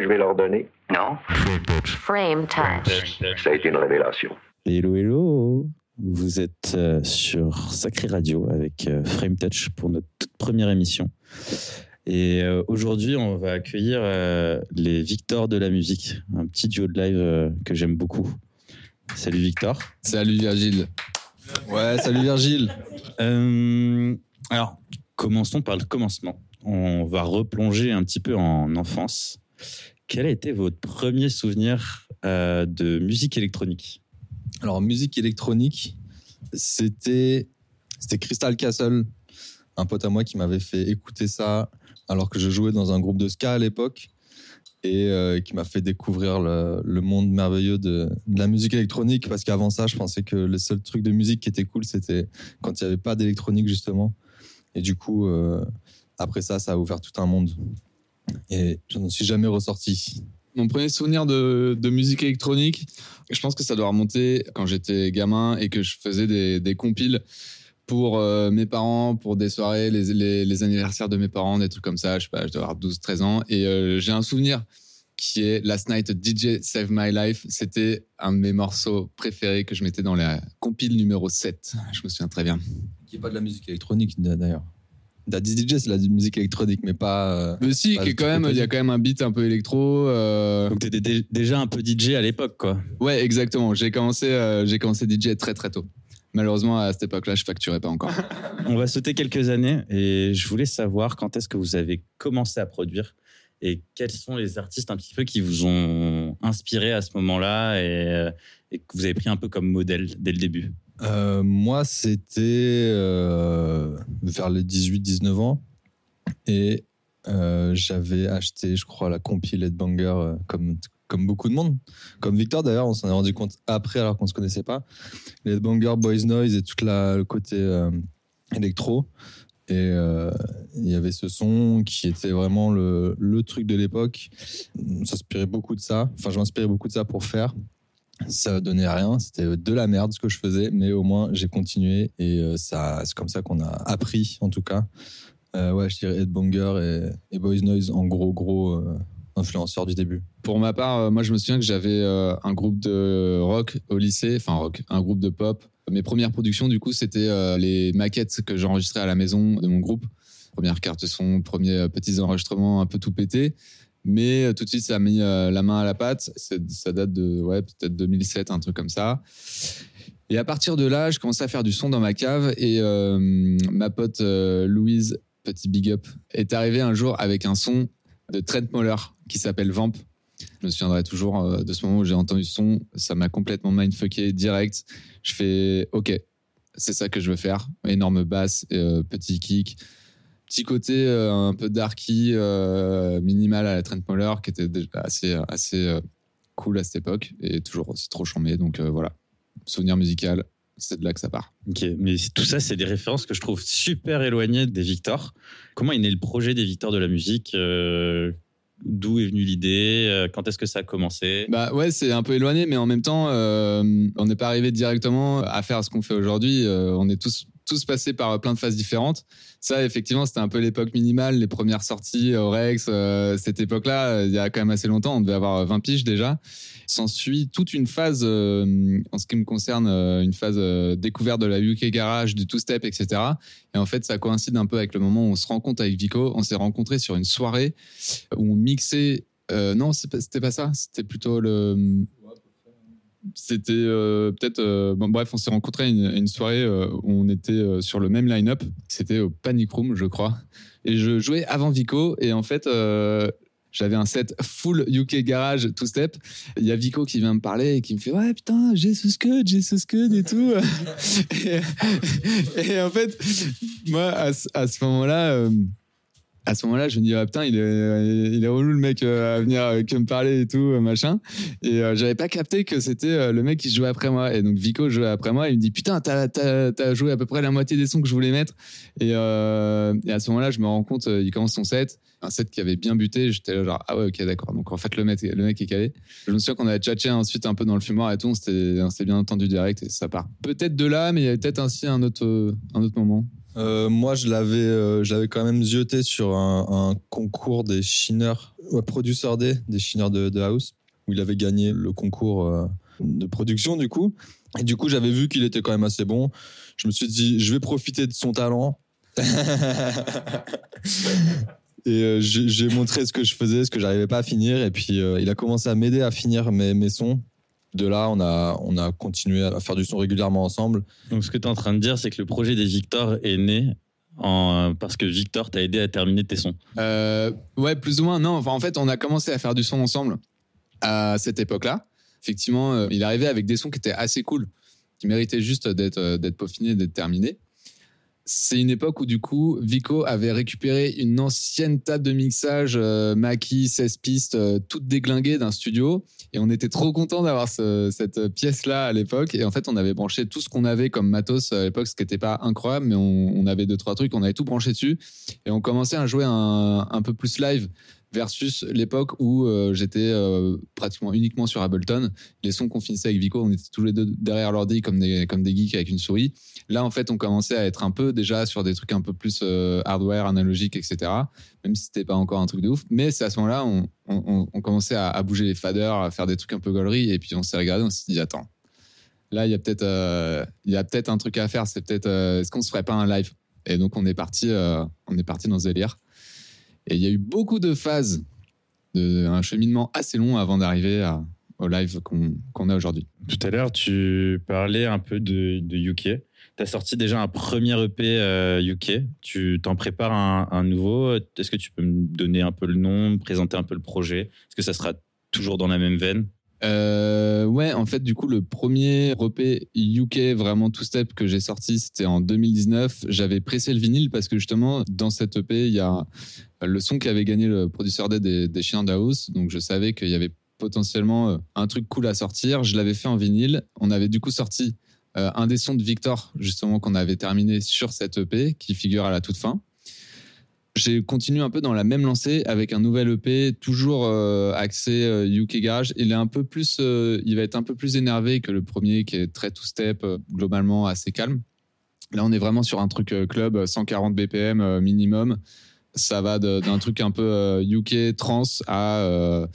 je vais leur donner? Non. Frame Touch. Ça a été une révélation. Hello, hello. Vous êtes sur Sacré Radio avec Frame Touch pour notre toute première émission. Et aujourd'hui, on va accueillir les Victor de la musique, un petit duo de live que j'aime beaucoup. Salut Victor. Salut Virgile. Ouais, salut Virgile. Alors, commençons par le commencement. On va replonger un petit peu en enfance. Quel a été votre premier souvenir de musique électronique ? Alors, musique électronique, c'était Crystal Castle, un pote à moi qui m'avait fait écouter ça alors que je jouais dans un groupe de ska à l'époque et qui m'a fait découvrir le monde merveilleux de la musique électronique, parce qu'avant ça, je pensais que le seul truc de musique qui était cool, c'était quand il n'y avait pas d'électronique, justement. Et du coup, après ça, ça a ouvert tout un monde. Et je n'en suis jamais ressorti. Mon premier souvenir de musique électronique, je pense que ça doit remonter quand j'étais gamin et que je faisais des compiles pour mes parents, pour des soirées, les anniversaires de mes parents, des trucs comme ça. Je sais pas, je dois avoir 12-13 ans. Et j'ai un souvenir qui est Last Night DJ Save My Life. C'était un de mes morceaux préférés que je mettais dans la compile numéro 7. Je me souviens très bien. Qui n'est pas de la musique électronique, d'ailleurs. DJ, c'est la musique électronique, mais pas. Mais si, il y a quand même un beat un peu électro. Donc t'étais déjà un peu DJ à l'époque, quoi. Ouais, exactement. J'ai commencé DJ très très tôt. Malheureusement, à cette époque-là, je facturais pas encore. On va sauter quelques années et je voulais savoir quand est-ce que vous avez commencé à produire et quels sont les artistes un petit peu qui vous ont inspiré à ce moment-là et que vous avez pris un peu comme modèle dès le début. Moi, c'était vers les 18-19 ans et j'avais acheté, je crois, la compil Headbanger comme beaucoup de monde. Comme Victor, d'ailleurs, on s'en est rendu compte après, alors qu'on ne se connaissait pas. Les Headbanger, Boys Noise et tout le côté électro. Et il y avait ce son qui était vraiment le truc de l'époque. On s'inspirait beaucoup de ça. Enfin, je m'inspirais beaucoup de ça pour faire. Ça donnait rien, c'était de la merde ce que je faisais, mais au moins j'ai continué et c'est comme ça qu'on a appris, en tout cas. Ouais, je dirais Headbanger et Boys Noise en gros influenceurs du début. Pour ma part, moi je me souviens que j'avais un groupe de rock au lycée, un groupe de pop. Mes premières productions, du coup, c'était les maquettes que j'enregistrais à la maison de mon groupe. Première carte son, premiers petits enregistrements un peu tout pété. Mais tout de suite, ça a mis la main à la pâte. Ça date de peut-être 2007, un truc comme ça. Et à partir de là, je commençais à faire du son dans ma cave. Et ma pote Louise, petit big up, est arrivée un jour avec un son de Trent Moller qui s'appelle Vamp. Je me souviendrai toujours de ce moment où j'ai entendu ce son. Ça m'a complètement mindfucké direct. Je fais OK, c'est ça que je veux faire. Énorme basse, petit kick. Petit côté un peu darky, minimal à la Trent Moller, qui était déjà assez cool à cette époque et toujours aussi trop charmé. Donc voilà, souvenir musical, c'est de là que ça part. Ok, mais tout ça, c'est des références que je trouve super éloignées des Victor. Comment est né le projet des Victor de la musique ? D'où est venue l'idée ? Quand est-ce que ça a commencé ? Bah ouais, c'est un peu éloigné, mais en même temps, on n'est pas arrivé directement à faire ce qu'on fait aujourd'hui. On est tous passés par plein de phases différentes. Ça, effectivement, c'était un peu l'époque minimale, les premières sorties au Rex. Cette époque-là, il y a quand même assez longtemps, on devait avoir 20 piges déjà. S'ensuit toute une phase, en ce qui me concerne, une phase découverte de la UK Garage, du two-step, etc. Et en fait, ça coïncide un peu avec le moment où on se rencontre avec Vico. On s'est rencontrés sur une soirée où on mixait... non, c'était pas ça. C'était plutôt le... C'était peut-être... bon, bref, on s'est rencontrés à une soirée où on était sur le même line-up. C'était au Panic Room, je crois. Et je jouais avant Vico. Et en fait, j'avais un set full UK Garage two-step. Il y a Vico qui vient me parler et qui me fait « Ouais, putain, j'ai ce scud et tout. » et en fait, moi, à ce moment-là... je me dis, ah, putain, il est relou le mec à venir que me parler et tout, machin. Et j'avais pas capté que c'était le mec qui jouait après moi. Et donc Vico jouait après moi. Et il me dit, putain, t'as joué à peu près la moitié des sons que je voulais mettre. Et à ce moment-là, je me rends compte, il commence son set. Un set qui avait bien buté. J'étais là, genre, ah ouais, ok, d'accord. Donc en fait, le mec est calé. Je me souviens qu'on avait tchatché ensuite un peu dans le fumoir et tout. On s'était bien entendu direct. Et ça part peut-être de là, mais il y avait peut-être ainsi un autre moment. Moi, je l'avais quand même zioté sur un concours des Shiners, Producer Day, des Shiners de House, où il avait gagné le concours de production, du coup. Et du coup, j'avais vu qu'il était quand même assez bon. Je me suis dit, je vais profiter de son talent. Et j'ai montré ce que je faisais, ce que j'arrivais pas à finir. Et puis, il a commencé à m'aider à finir mes sons. De là, on a continué à faire du son régulièrement ensemble. Donc, ce que tu es en train de dire, c'est que le projet des Victor est né parce que Victor t'a aidé à terminer tes sons. Ouais, plus ou moins. Non, enfin, en fait, on a commencé à faire du son ensemble à cette époque-là. Effectivement, il arrivait avec des sons qui étaient assez cool, qui méritaient juste d'être peaufinés, d'être terminés. C'est une époque où, du coup, Vico avait récupéré une ancienne table de mixage Mackie 16 pistes, toute déglinguée d'un studio. Et on était trop contents d'avoir cette pièce-là à l'époque. Et en fait, on avait branché tout ce qu'on avait comme matos à l'époque, ce qui n'était pas incroyable, mais on avait 2-3 trucs, on avait tout branché dessus. Et on commençait à jouer un peu plus live versus l'époque où j'étais pratiquement uniquement sur Ableton. Les sons qu'on finissait avec Vico, on était tous les deux derrière l'ordi comme des geeks avec une souris. Là, en fait, on commençait à être un peu déjà sur des trucs un peu plus hardware, analogique, etc. Même si c'était pas encore un truc de ouf. Mais c'est à ce moment-là, on commençait à bouger les faders, à faire des trucs un peu gaulerie. Et puis on s'est regardé, on s'est dit, attends, là, il y a peut-être un truc à faire. C'est peut-être, est-ce qu'on se ferait pas un live? Et donc, on est parti dans ce délire. Et il y a eu beaucoup de phases, un cheminement assez long avant d'arriver au live qu'on a aujourd'hui. Tout à l'heure, tu parlais un peu de UK. Tu as sorti déjà un premier EP UK. Tu t'en prépares un nouveau. Est-ce que tu peux me donner un peu le nom, me présenter un peu le projet? Est-ce que ça sera toujours dans la même veine? Ouais, en fait, du coup, le premier EP UK vraiment two-step que j'ai sorti, c'était en 2019. J'avais pressé le vinyle parce que justement, dans cet EP, il y a le son qui avait gagné le Producer Day des Shiners House. Donc, je savais qu'il y avait potentiellement un truc cool à sortir. Je l'avais fait en vinyle. On avait du coup sorti un des sons de Victor, justement, qu'on avait terminé sur cet EP, qui figure à la toute fin. J'ai continué un peu dans la même lancée avec un nouvel EP, toujours axé UK Garage. Il va être un peu plus énervé que le premier, qui est très two-step, globalement assez calme. Là, on est vraiment sur un truc club, 140 BPM minimum. Ça va d'un truc un peu UK trance à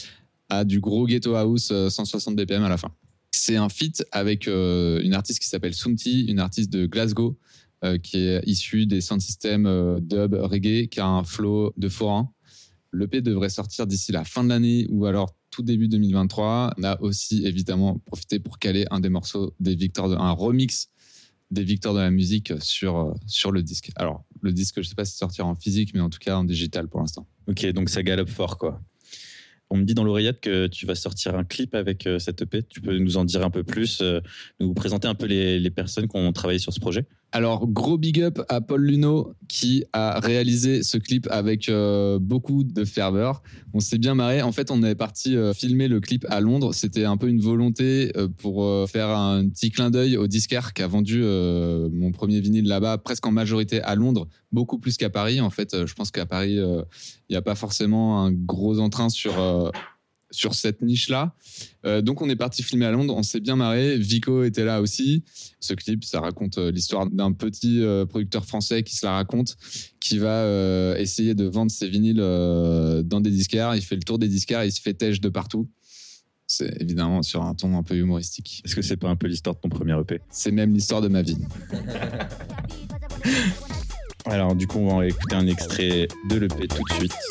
du gros ghetto house, 160 BPM à la fin. C'est un feat avec une artiste qui s'appelle Sunti, une artiste de Glasgow, qui est issue des sound systems dub reggae, qui a un flow de forain. L'EP devrait sortir d'ici la fin de l'année ou alors tout début 2023. On a aussi évidemment profité pour caler un des morceaux des Victor, un remix des Victor de la musique sur le disque. Alors, le disque, je ne sais pas s'il sortira en physique, mais en tout cas en digital pour l'instant. Ok, donc ça galope fort, quoi. On me dit dans l'oreillette que tu vas sortir un clip avec cette EP. Tu peux nous en dire un peu plus, nous présenter un peu les personnes qui ont travaillé sur ce projet? Alors, gros big up à Paul Luno qui a réalisé ce clip avec beaucoup de ferveur. On s'est bien marré. En fait, on est parti filmer le clip à Londres. C'était un peu une volonté pour faire un petit clin d'œil au disquaire qui a vendu mon premier vinyle là-bas, presque en majorité à Londres, beaucoup plus qu'à Paris. En fait, je pense qu'à Paris, il n'y a pas forcément un gros entrain sur cette niche-là. Donc, on est parti filmer à Londres. On s'est bien marré. Vico était là aussi. Ce clip, ça raconte l'histoire d'un petit producteur français qui se la raconte, qui va essayer de vendre ses vinyles dans des disquaires. Il fait le tour des disquaires. Il se fait têche de partout. C'est évidemment sur un ton un peu humoristique. Est-ce que c'est pas un peu l'histoire de ton premier EP? C'est même l'histoire de ma vie. Alors, du coup, on va écouter un extrait de l'EP tout de suite.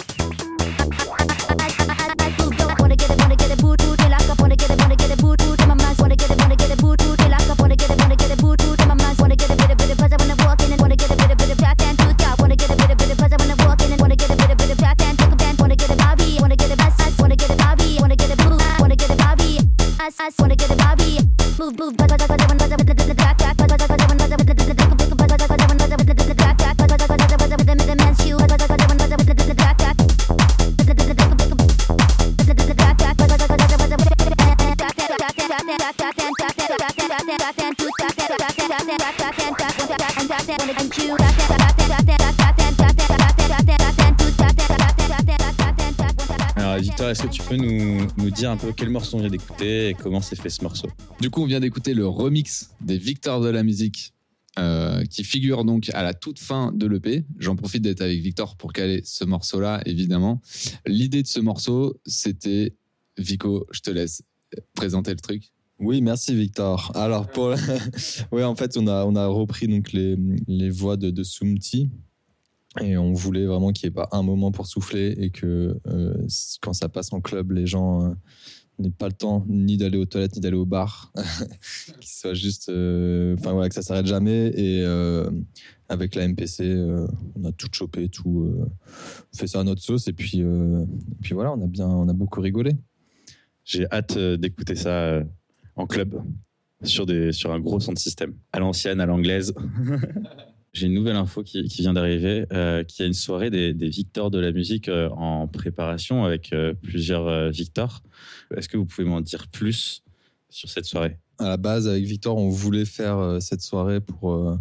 Alors Victor, est-ce que tu peux nous dire un peu quel morceau on vient d'écouter et comment s'est fait ce morceau? Du coup, on vient d'écouter le remix des Victor de la musique qui figure donc à la toute fin de l'EP. J'en profite d'être avec Victor pour caler ce morceau-là, évidemment. L'idée de ce morceau, c'était... Vico, je te laisse présenter le truc. Oui, merci Victor. Alors, ouais, en fait, on a repris donc les voix de Soumti. Et on voulait vraiment qu'il n'y ait pas un moment pour souffler et que quand ça passe en club, les gens n'aient pas le temps ni d'aller aux toilettes ni d'aller au bar, qu'il soit juste, que ça s'arrête jamais. Et avec la MPC, on a tout chopé, tout fait ça à notre sauce. Et puis voilà, on a beaucoup rigolé. J'ai hâte d'écouter ça en club sur un gros son de système, à l'ancienne, à l'anglaise. J'ai une nouvelle info qui vient d'arriver, qu'il y a une soirée des Victors de la musique en préparation avec plusieurs Victors. Est-ce que vous pouvez m'en dire plus sur cette soirée ? À la base, avec Victor, on voulait faire cette soirée pour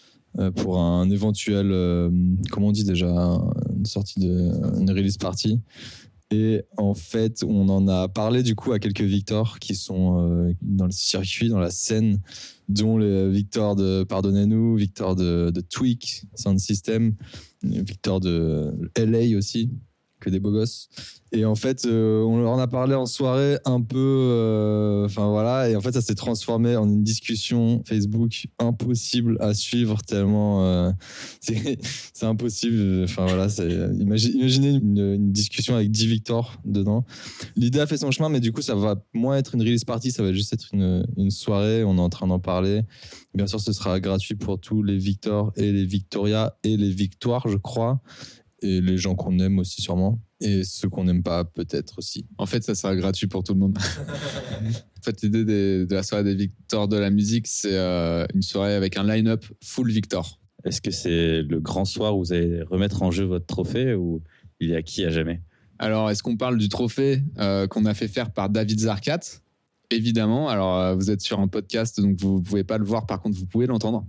un éventuel, comment on dit déjà, une sortie une release party. Et en fait, on en a parlé du coup à quelques Victors qui sont dans le circuit, dans la scène, dont les Victor de Pardonnez-nous, Victor de Tweak, Sound System, Victor de LA aussi, que des beaux gosses. Et en fait, on leur en a parlé en soirée un peu, et en fait, ça s'est transformé en une discussion Facebook impossible à suivre tellement c'est impossible. Imaginez une discussion avec 10 Victor dedans. L'idée a fait son chemin, mais du coup, ça va moins être une release party, ça va juste être une soirée. On est en train d'en parler. Bien sûr, ce sera gratuit pour tous les Victor et les Victoria et les Victoires, je crois. Et les gens qu'on aime aussi sûrement. Et ceux qu'on n'aime pas peut-être aussi. En fait, ça sera gratuit pour tout le monde. En fait, l'idée de la soirée des Victors de la musique, c'est une soirée avec un line-up full Victor. Est-ce que c'est le grand soir où vous allez remettre en jeu votre trophée ou il est acquis à jamais ? Alors, est-ce qu'on parle du trophée qu'on a fait faire par David Zarkat ? Évidemment. Alors, vous êtes sur un podcast, donc vous ne pouvez pas le voir. Par contre, vous pouvez l'entendre.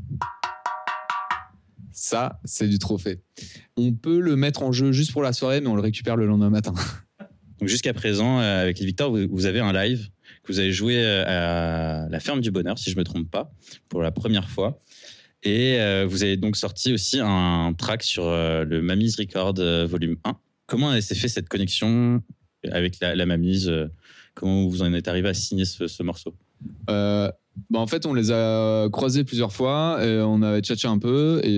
Ça, c'est du trophée. On peut le mettre en jeu juste pour la soirée, mais on le récupère le lendemain matin. Donc jusqu'à présent, avec les Victors, vous avez un live que vous avez joué à la Ferme du Bonheur, si je ne me trompe pas, pour la première fois. Et vous avez donc sorti aussi un track sur le Mamise Record volume 1. Comment s'est fait cette connexion avec la Mamise ? Comment vous en êtes arrivé à signer ce morceau ? En fait, on les a croisés plusieurs fois et on avait tchatché un peu et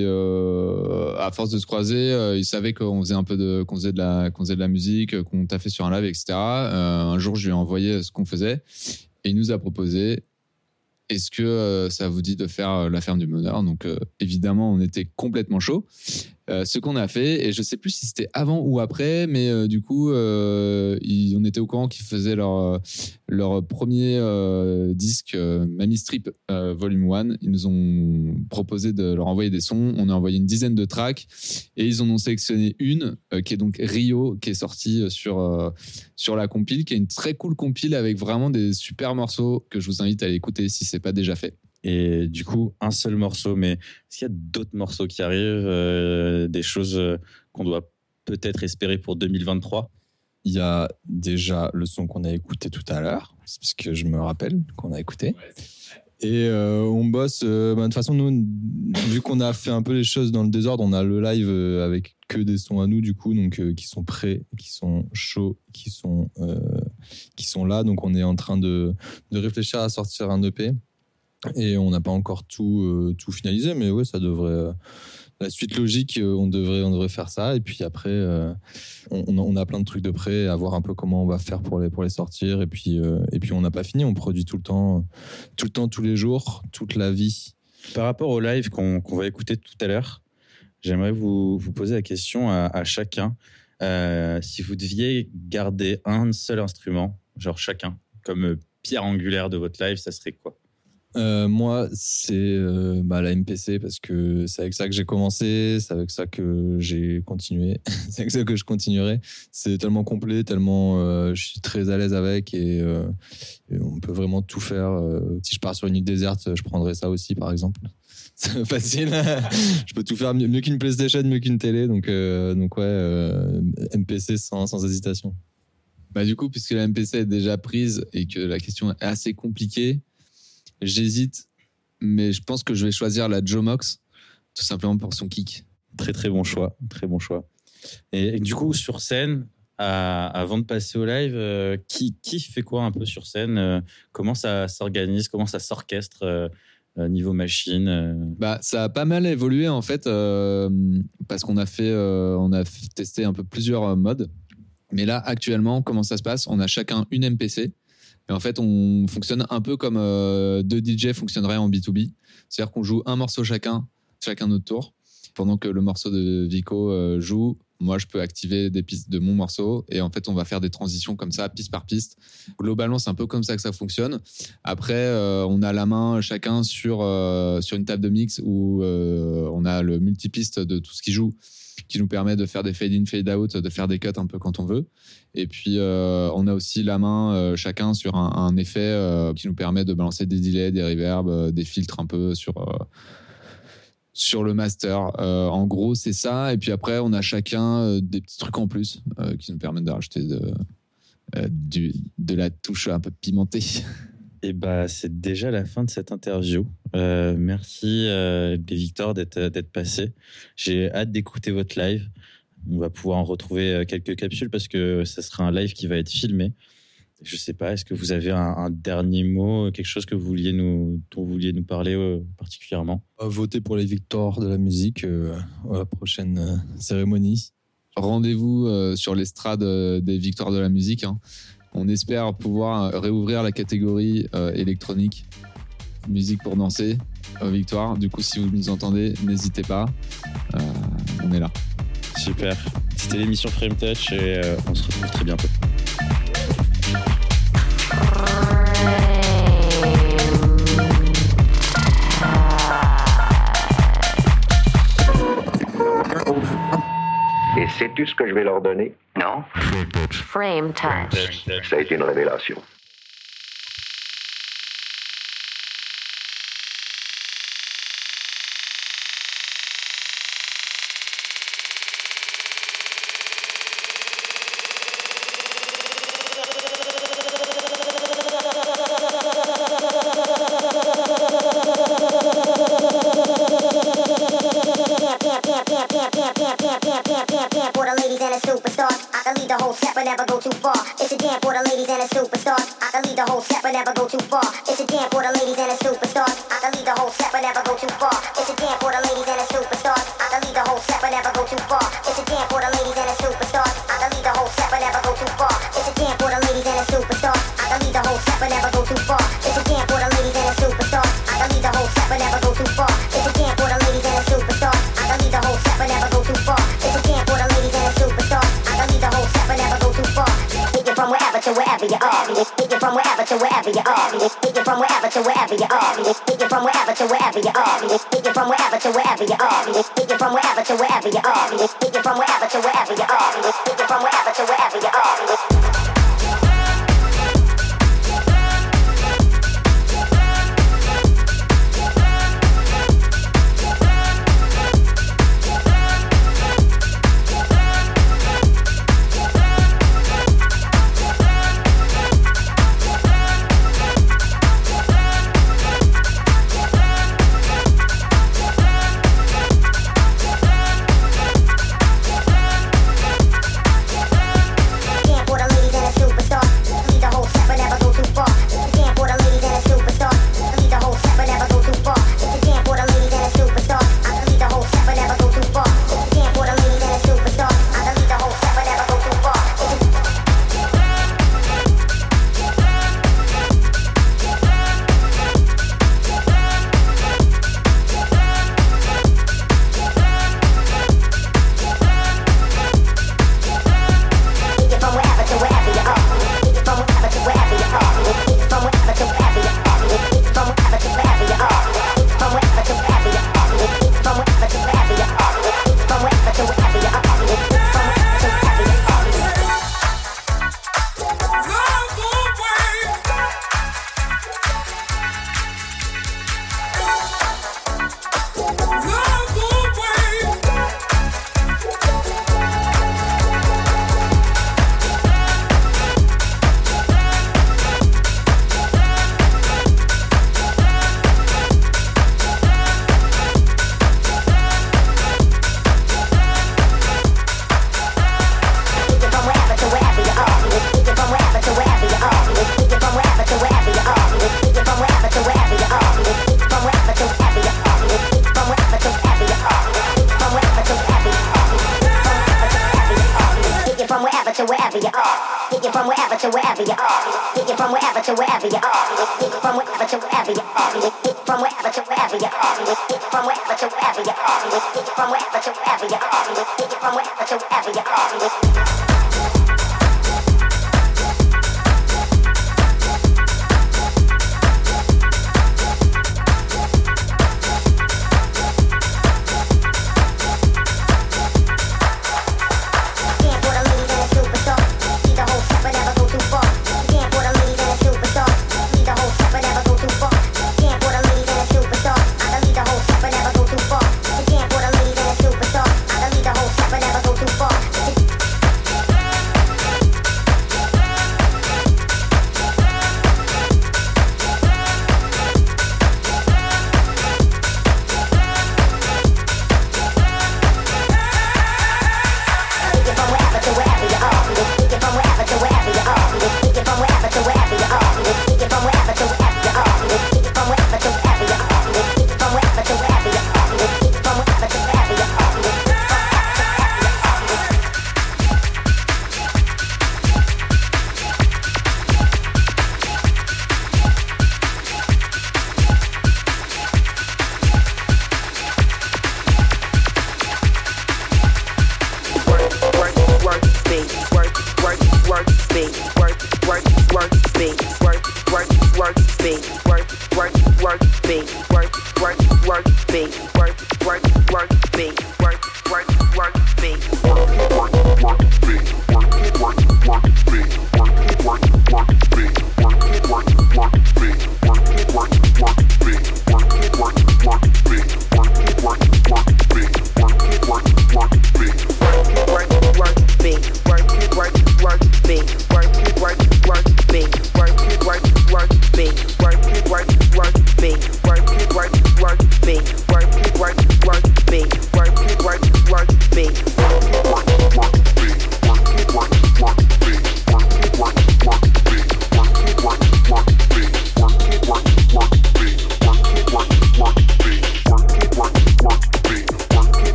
à force de se croiser, ils savaient qu'on faisait qu'on faisait de la musique, qu'on taffait sur un live, etc. Un jour, je lui ai envoyé ce qu'on faisait et il nous a proposé: est-ce que ça vous dit de faire la Ferme du Bonheur ? Donc évidemment, on était complètement chaud. Ce qu'on a fait, et je sais plus si c'était avant ou après, mais du coup, on était au courant qu'ils faisaient leur premier disque, Mamie Strip Volume 1. Ils nous ont proposé de leur envoyer des sons. On a envoyé une dizaine de tracks et ils en ont sélectionné une qui est donc Rio, qui est sortie sur la compile, qui est une très cool compile avec vraiment des super morceaux que je vous invite à aller écouter si c'est pas déjà fait. Et du coup, un seul morceau, mais est-ce qu'il y a d'autres morceaux qui arrivent, des choses qu'on doit peut-être espérer pour 2023 ? Il y a déjà le son qu'on a écouté tout à l'heure, parce que je me rappelle qu'on a écouté. Et on bosse. De toute façon, nous, vu qu'on a fait un peu les choses dans le désordre, on a le live avec que des sons à nous, du coup, donc qui sont prêts, qui sont chauds, qui sont là. Donc, on est en train de réfléchir à sortir un EP. Et on n'a pas encore tout finalisé, mais ouais, ça devrait. La suite logique, on devrait faire ça. Et puis après, on a plein de trucs de près, à voir un peu comment on va faire pour les sortir. Et puis on n'a pas fini, on produit tout le temps, tous les jours, toute la vie. Par rapport au live qu'on va écouter tout à l'heure, j'aimerais vous poser la question à chacun. Si vous deviez garder un seul instrument, genre chacun, comme pierre angulaire de votre live, ça serait quoi ? Moi, c'est la MPC, parce que c'est avec ça que j'ai commencé, c'est avec ça que j'ai continué, c'est avec ça que je continuerai. C'est tellement complet, tellement je suis très à l'aise avec et on peut vraiment tout faire. Si je pars sur une île déserte, je prendrai ça aussi, par exemple. C'est facile. Je peux tout faire mieux qu'une PlayStation, mieux qu'une télé. Donc ouais, MPC sans hésitation. Du coup, puisque la MPC est déjà prise et que la question est assez compliquée, j'hésite mais je pense que je vais choisir la Jomox, tout simplement pour son kick. Très très bon choix, très bon choix. Et du coup, sur scène, avant de passer au live, qui fait quoi un peu sur scène, comment ça s'organise, comment ça s'orchestre niveau machine Ça a pas mal évolué en fait, parce qu'on a testé un peu plusieurs modes. Mais là, actuellement, comment ça se passe ? On a chacun une MPC. Et en fait, on fonctionne un peu comme deux DJ fonctionneraient en B2B. C'est-à-dire qu'on joue un morceau chacun notre tour. Pendant que le morceau de Vico joue, moi, je peux activer des pistes de mon morceau. Et en fait, on va faire des transitions comme ça, piste par piste. Globalement, c'est un peu comme ça que ça fonctionne. Après, on a la main chacun sur une table de mix où on a le multipiste de tout ce qui joue, qui nous permet de faire des fade-in, fade-out, de faire des cuts un peu quand on veut. Et puis, on a aussi la main chacun sur un effet qui nous permet de balancer des delays, des reverbs, des filtres un peu sur le master. En gros, c'est ça. Et puis après, on a chacun des petits trucs en plus qui nous permettent de rajouter de la touche un peu pimentée. Et c'est déjà la fin de cette interview. Merci Victor d'être passé. J'ai hâte d'écouter votre live. On va pouvoir en retrouver quelques capsules parce que ça sera un live qui va être filmé. Je sais pas, est-ce que vous avez un dernier mot, quelque chose dont vous vouliez nous parler particulièrement ? Votez pour les victoires de la musique à la prochaine cérémonie. Rendez-vous sur l'estrade des victoires de la musique. On espère pouvoir réouvrir la catégorie électronique, musique pour danser, victoire. Du coup, si vous nous entendez, n'hésitez pas. On est là. Super. C'était l'émission Frame Touch et on se retrouve très bientôt. Et sais-tu ce que je vais leur donner? Non. Frame Touch. Ça a été une révélation.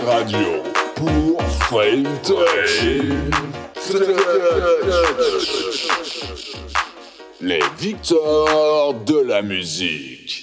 Radio pour Frame Touch. Les victoires de la musique.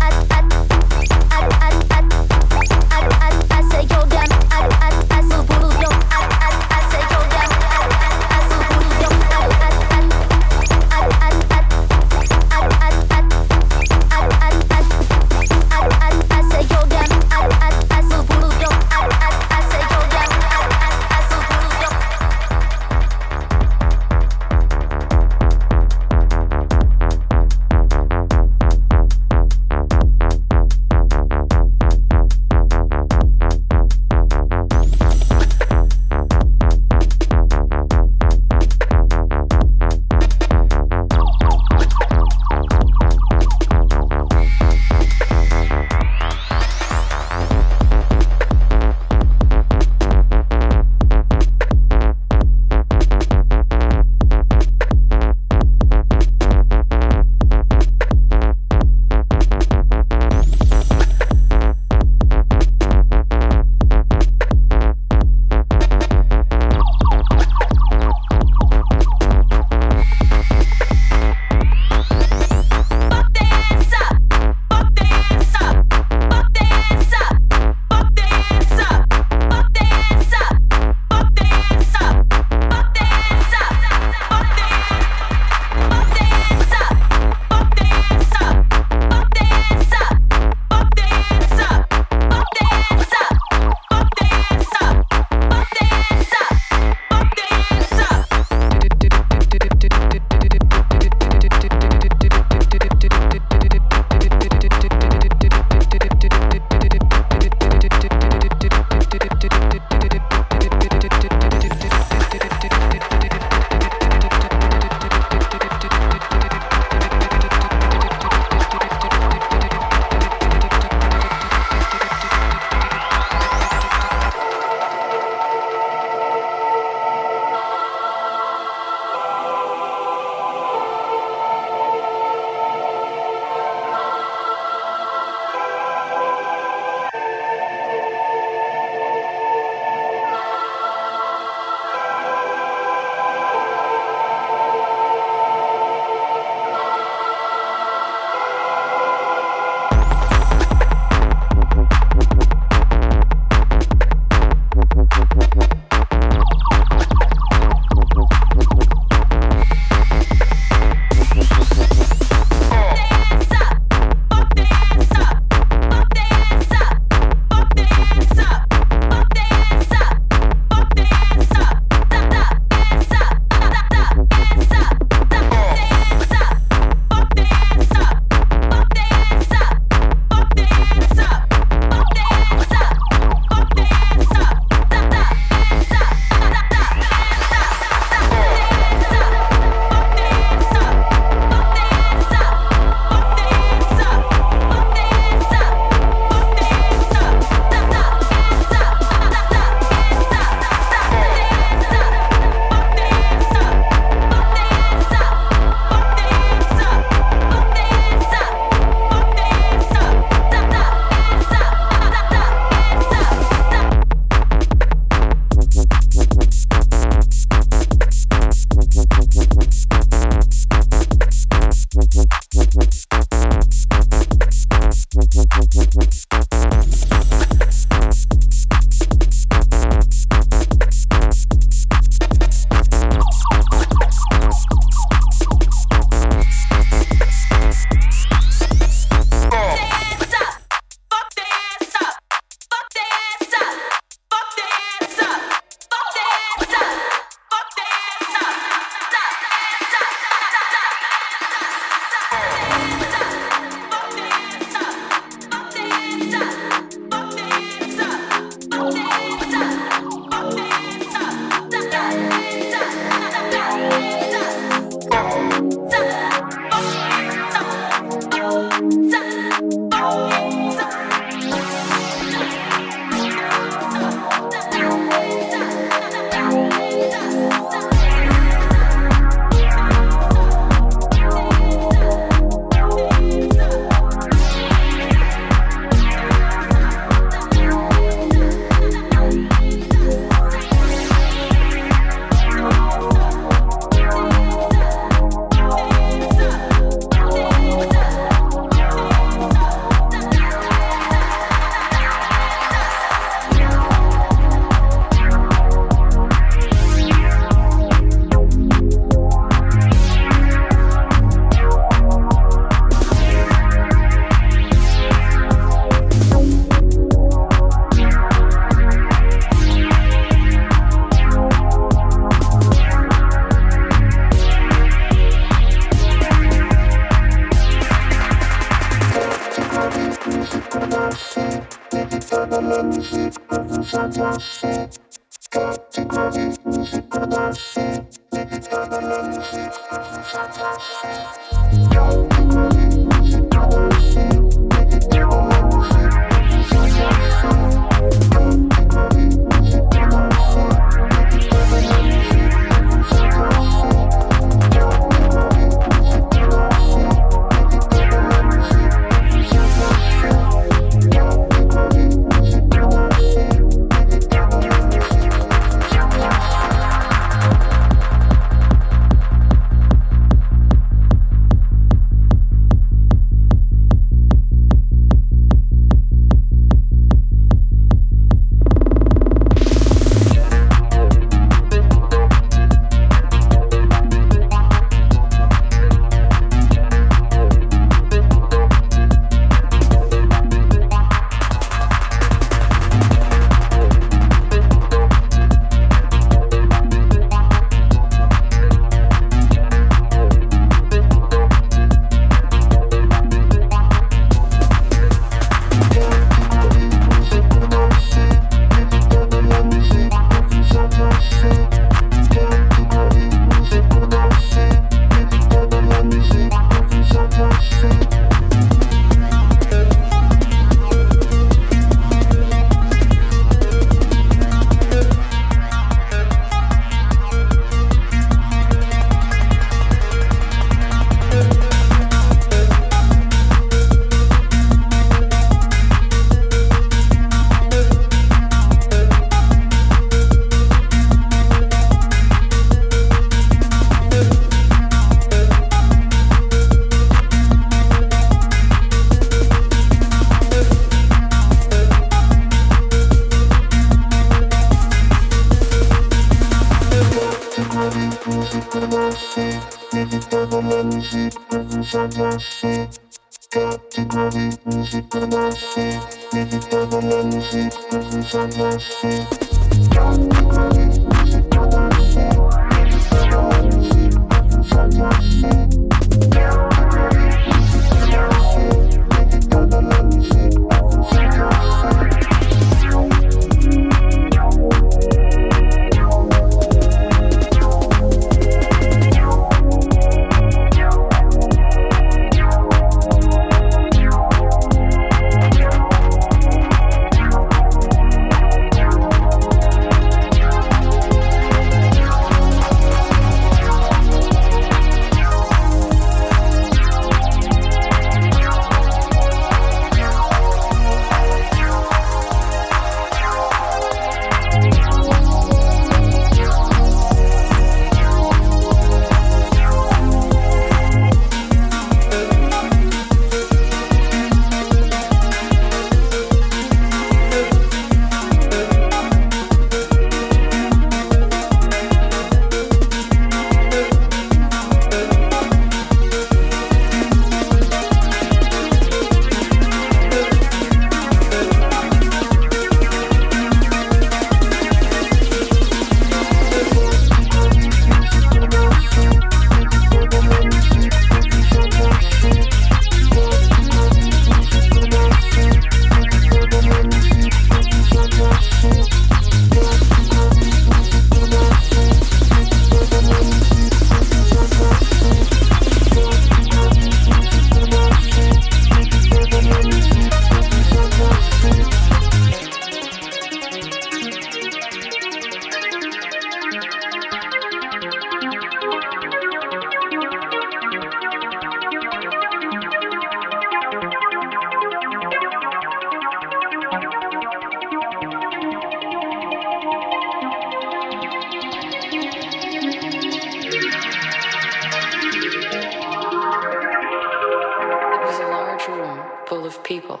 people,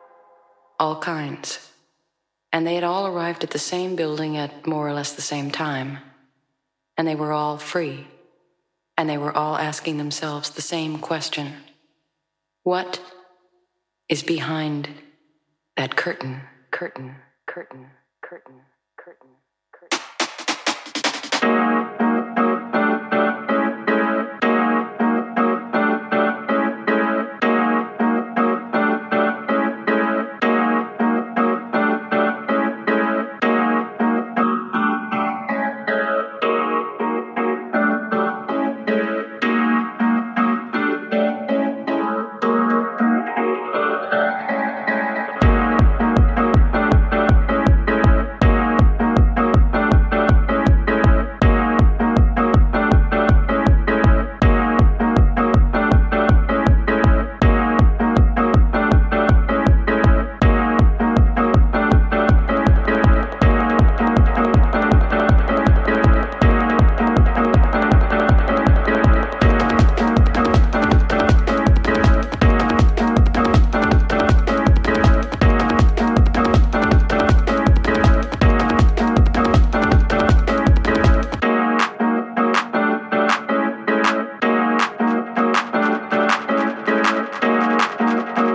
all kinds. And they had all arrived at the same building at more or less the same time. And they were all free. And they were all asking themselves the same question. What is behind that curtain, curtain, curtain, curtain, curtain, curtain?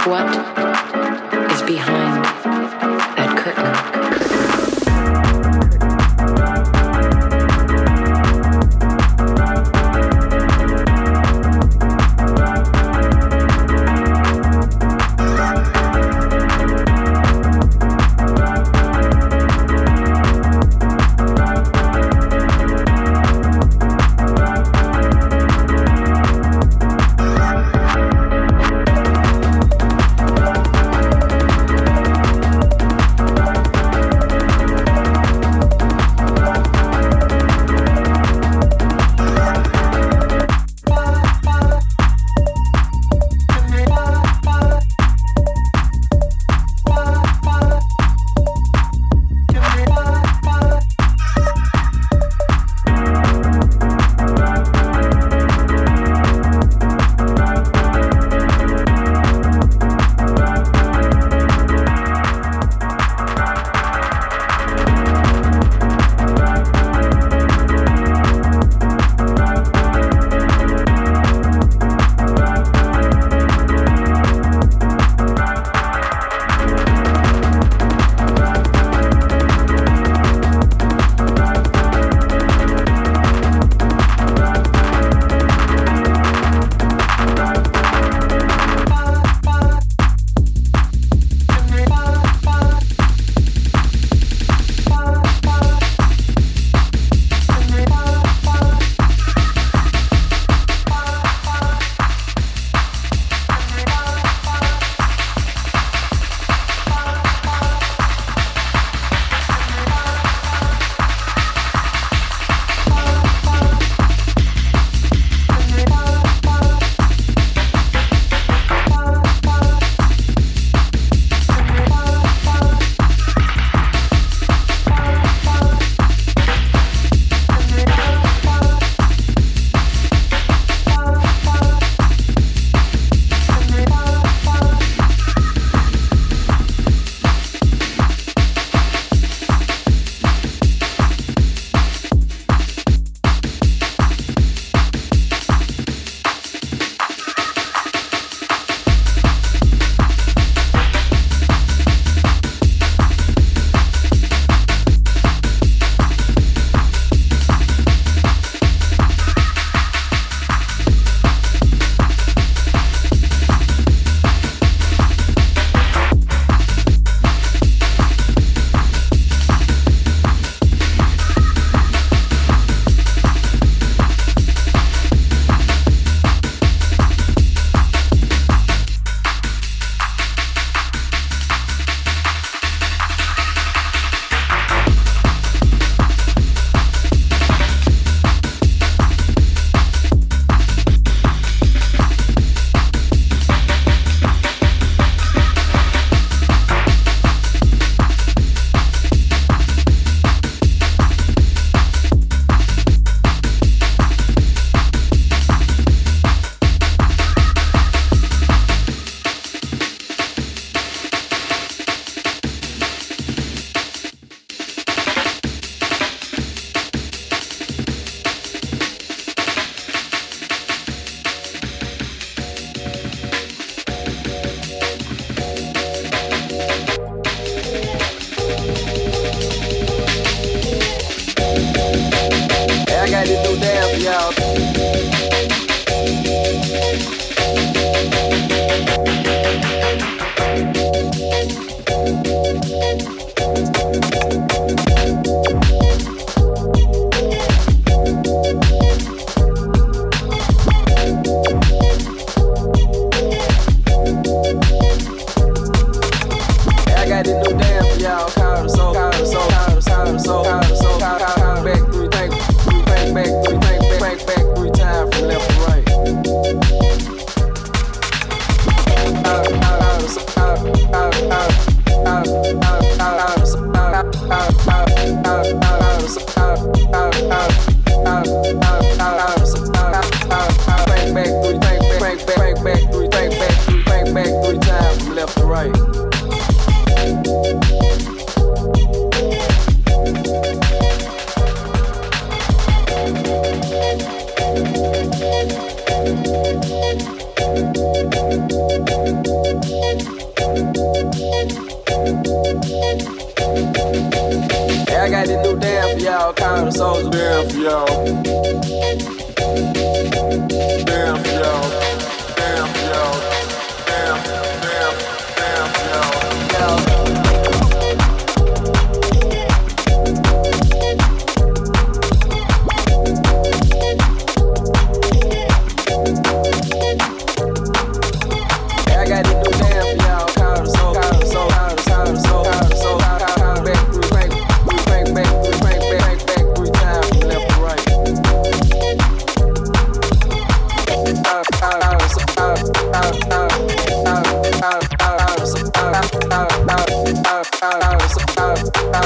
What is behind that curtain?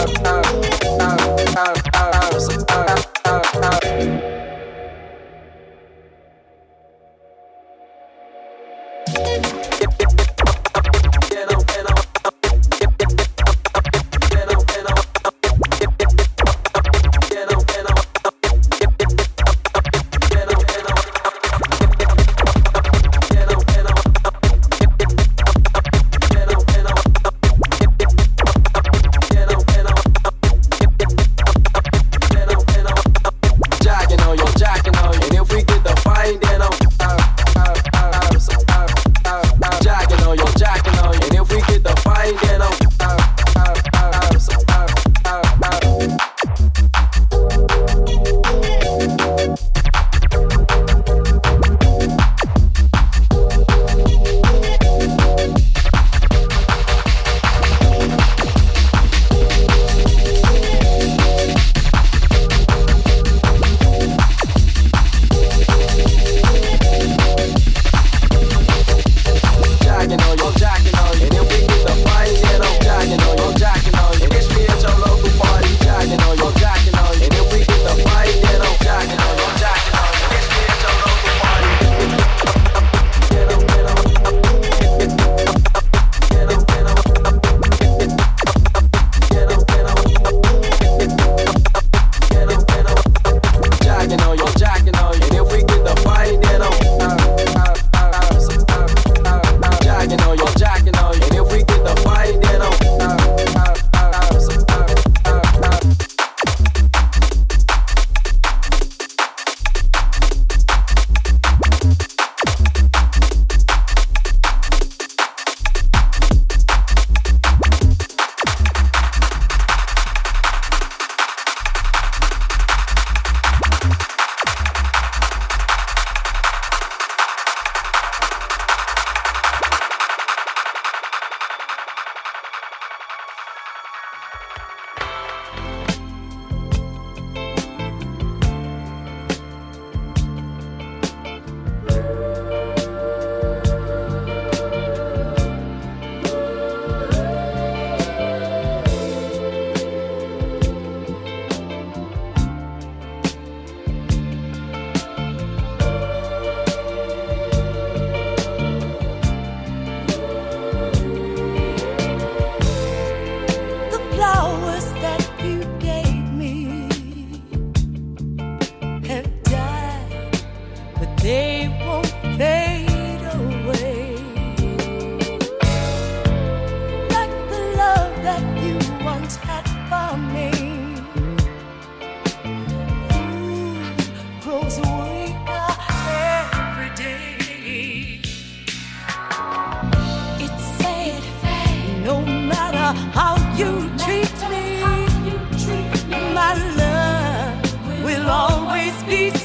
how you treat me. My love will always be